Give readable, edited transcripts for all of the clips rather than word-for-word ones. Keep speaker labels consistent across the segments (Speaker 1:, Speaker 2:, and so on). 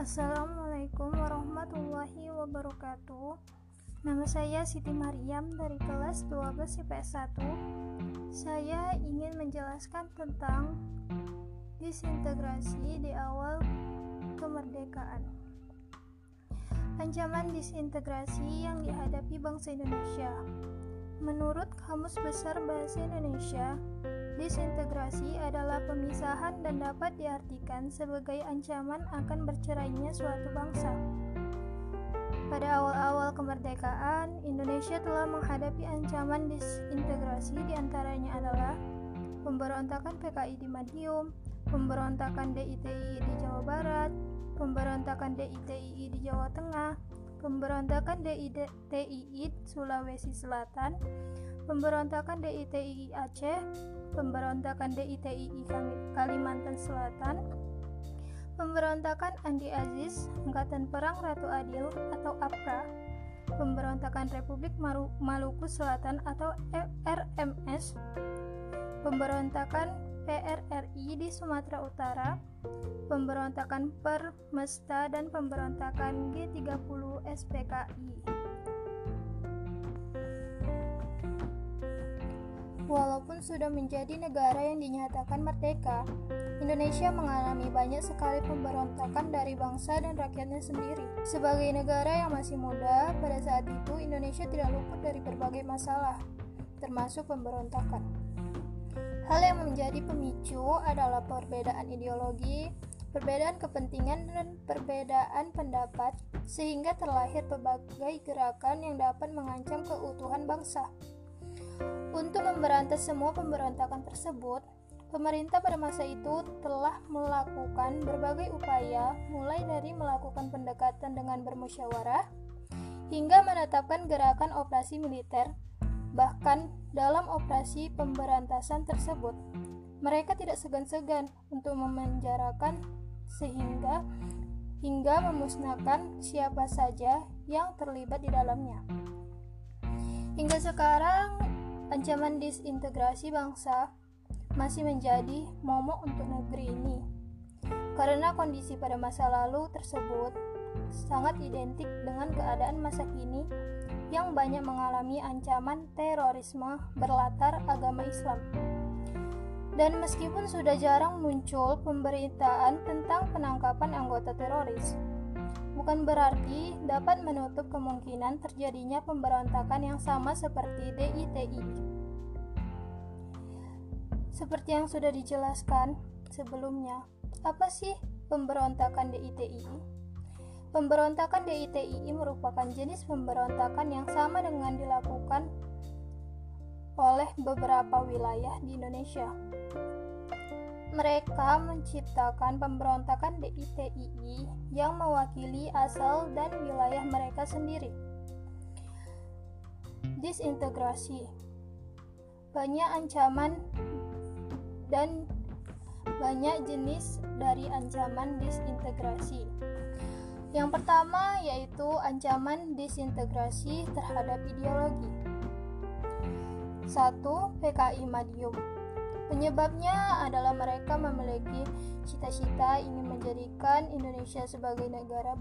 Speaker 1: Assalamualaikum warahmatullahi wabarakatuh. Nama saya Siti Maryam dari kelas 12 IPS 1. Saya ingin menjelaskan tentang disintegrasi di awal kemerdekaan. Ancaman disintegrasi yang dihadapi bangsa Indonesia. Menurut Kamus Besar Bahasa Indonesia, disintegrasi adalah pemisahan dan dapat diartikan sebagai ancaman akan bercerainya suatu bangsa. Pada awal-awal kemerdekaan, Indonesia telah menghadapi ancaman disintegrasi, diantaranya adalah pemberontakan PKI di Madiun, pemberontakan DITII di Jawa Barat, pemberontakan DITII di Jawa Tengah, pemberontakan DITII Sulawesi Selatan, pemberontakan DITII Aceh, pemberontakan DITII Kalimantan Selatan, pemberontakan Andi Aziz, Angkatan Perang Ratu Adil atau APRA, pemberontakan Republik Maluku Selatan atau RMS, pemberontakan PRRI di Sumatera Utara, pemberontakan Permesta dan pemberontakan G30 SPKI. Walaupun sudah menjadi negara yang dinyatakan merdeka, Indonesia mengalami banyak sekali pemberontakan dari bangsa dan rakyatnya sendiri. Sebagai negara yang masih muda, pada saat itu Indonesia tidak luput dari berbagai masalah, termasuk pemberontakan. Hal yang menjadi pemicu adalah perbedaan ideologi, perbedaan kepentingan, dan perbedaan pendapat, sehingga terlahir berbagai gerakan yang dapat mengancam keutuhan bangsa. Untuk memberantas semua pemberontakan tersebut, pemerintah pada masa itu telah melakukan berbagai upaya, mulai dari melakukan pendekatan dengan bermusyawarah, hingga menetapkan gerakan operasi militer. Bahkan dalam operasi pemberantasan tersebut, mereka tidak segan-segan untuk memenjarakan hingga memusnahkan siapa saja yang terlibat di dalamnya. Hingga sekarang, ancaman disintegrasi bangsa masih menjadi momok untuk negeri ini, karena kondisi pada masa lalu tersebut sangat identik dengan keadaan masa kini yang banyak mengalami ancaman terorisme berlatar agama Islam. Dan meskipun sudah jarang muncul pemberitaan tentang penangkapan anggota teroris, bukan berarti dapat menutup kemungkinan terjadinya pemberontakan yang sama seperti DITII. Seperti yang sudah dijelaskan sebelumnya, apa sih pemberontakan DITII? Pemberontakan DITII merupakan jenis pemberontakan yang sama dengan dilakukan oleh beberapa wilayah di Indonesia. Mereka menciptakan pemberontakan DITII yang mewakili asal dan wilayah mereka sendiri. Disintegrasi. Banyak ancaman dan banyak jenis dari ancaman disintegrasi. Yang pertama yaitu ancaman disintegrasi terhadap ideologi. 1. PKI Madiun. Penyebabnya adalah mereka memiliki cita-cita ingin menjadikan Indonesia sebagai negara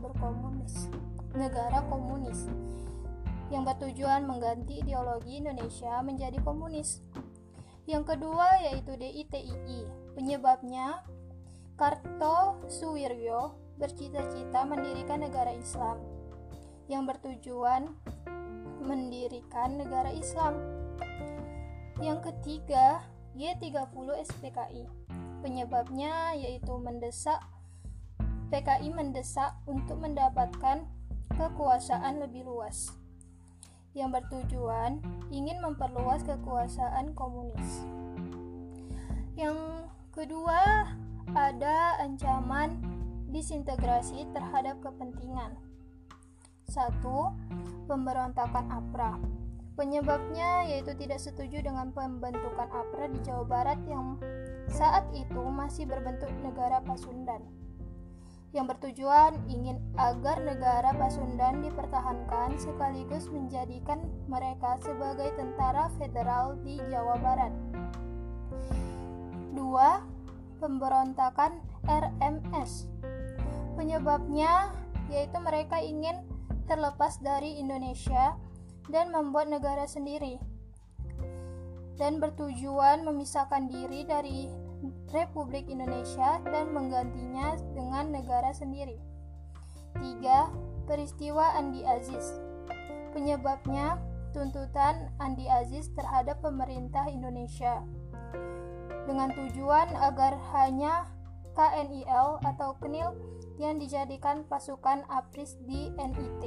Speaker 1: komunis yang bertujuan mengganti ideologi Indonesia menjadi komunis. Yang kedua yaitu DITII. Penyebabnya Kartosuwiryo bercita-cita mendirikan negara Islam yang bertujuan mendirikan negara Islam. Yang ketiga, G30 SPKI. Penyebabnya yaitu PKI mendesak untuk mendapatkan kekuasaan lebih luas yang bertujuan ingin memperluas kekuasaan komunis. Yang kedua, ada ancaman disintegrasi terhadap kepentingan. 1. Pemberontakan APRA. Penyebabnya yaitu tidak setuju dengan pembentukan APRA di Jawa Barat yang saat itu masih berbentuk negara Pasundan, yang bertujuan ingin agar negara Pasundan dipertahankan sekaligus menjadikan mereka sebagai tentara federal di Jawa Barat. 2. Pemberontakan RMS. Penyebabnya yaitu mereka ingin terlepas dari Indonesia dan membuat negara sendiri, dan bertujuan memisahkan diri dari Republik Indonesia dan menggantinya dengan negara sendiri. 3. Peristiwa Andi Aziz. Penyebabnya tuntutan Andi Aziz terhadap pemerintah Indonesia dengan tujuan agar hanya KNIL atau KNIL yang dijadikan pasukan APRIS di NIT.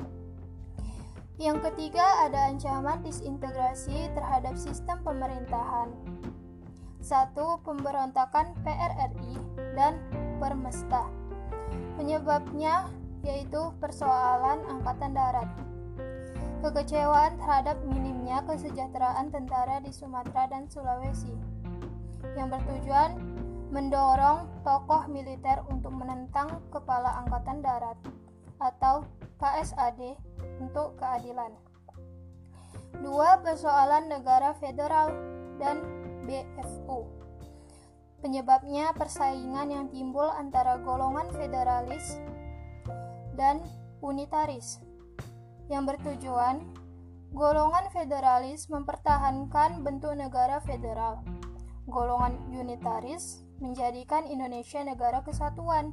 Speaker 1: Yang ketiga, ada ancaman disintegrasi terhadap sistem pemerintahan. 1. Pemberontakan PRRI dan Permesta. Penyebabnya yaitu persoalan Angkatan Darat. Kekecewaan terhadap minimnya kesejahteraan tentara di Sumatera dan Sulawesi, yang bertujuan mendorong tokoh militer untuk menentang Kepala Angkatan Darat atau KSAD untuk keadilan. 2. Persoalan negara federal dan BFU. Penyebabnya persaingan yang timbul antara golongan federalis dan unitaris, yang bertujuan golongan federalis mempertahankan bentuk negara federal, golongan unitaris menjadikan Indonesia negara kesatuan.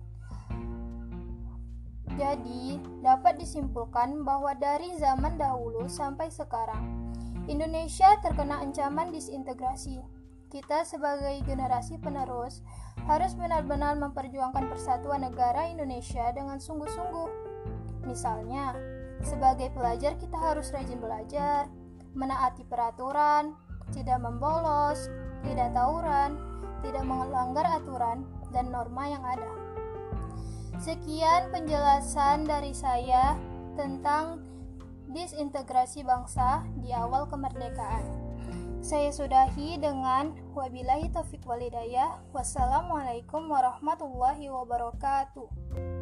Speaker 1: Jadi, dapat disimpulkan bahwa dari zaman dahulu sampai sekarang, Indonesia terkena ancaman disintegrasi. Kita sebagai generasi penerus harus benar-benar memperjuangkan persatuan negara Indonesia dengan sungguh-sungguh. Misalnya, sebagai pelajar kita harus rajin belajar, menaati peraturan, tidak membolos, tidak tawuran, tidak melanggar aturan dan norma yang ada. Sekian penjelasan dari saya tentang disintegrasi bangsa di awal kemerdekaan. Saya sudahi dengan wabillahi taufiq walhidayah. Wassalamualaikum warahmatullahi wabarakatuh.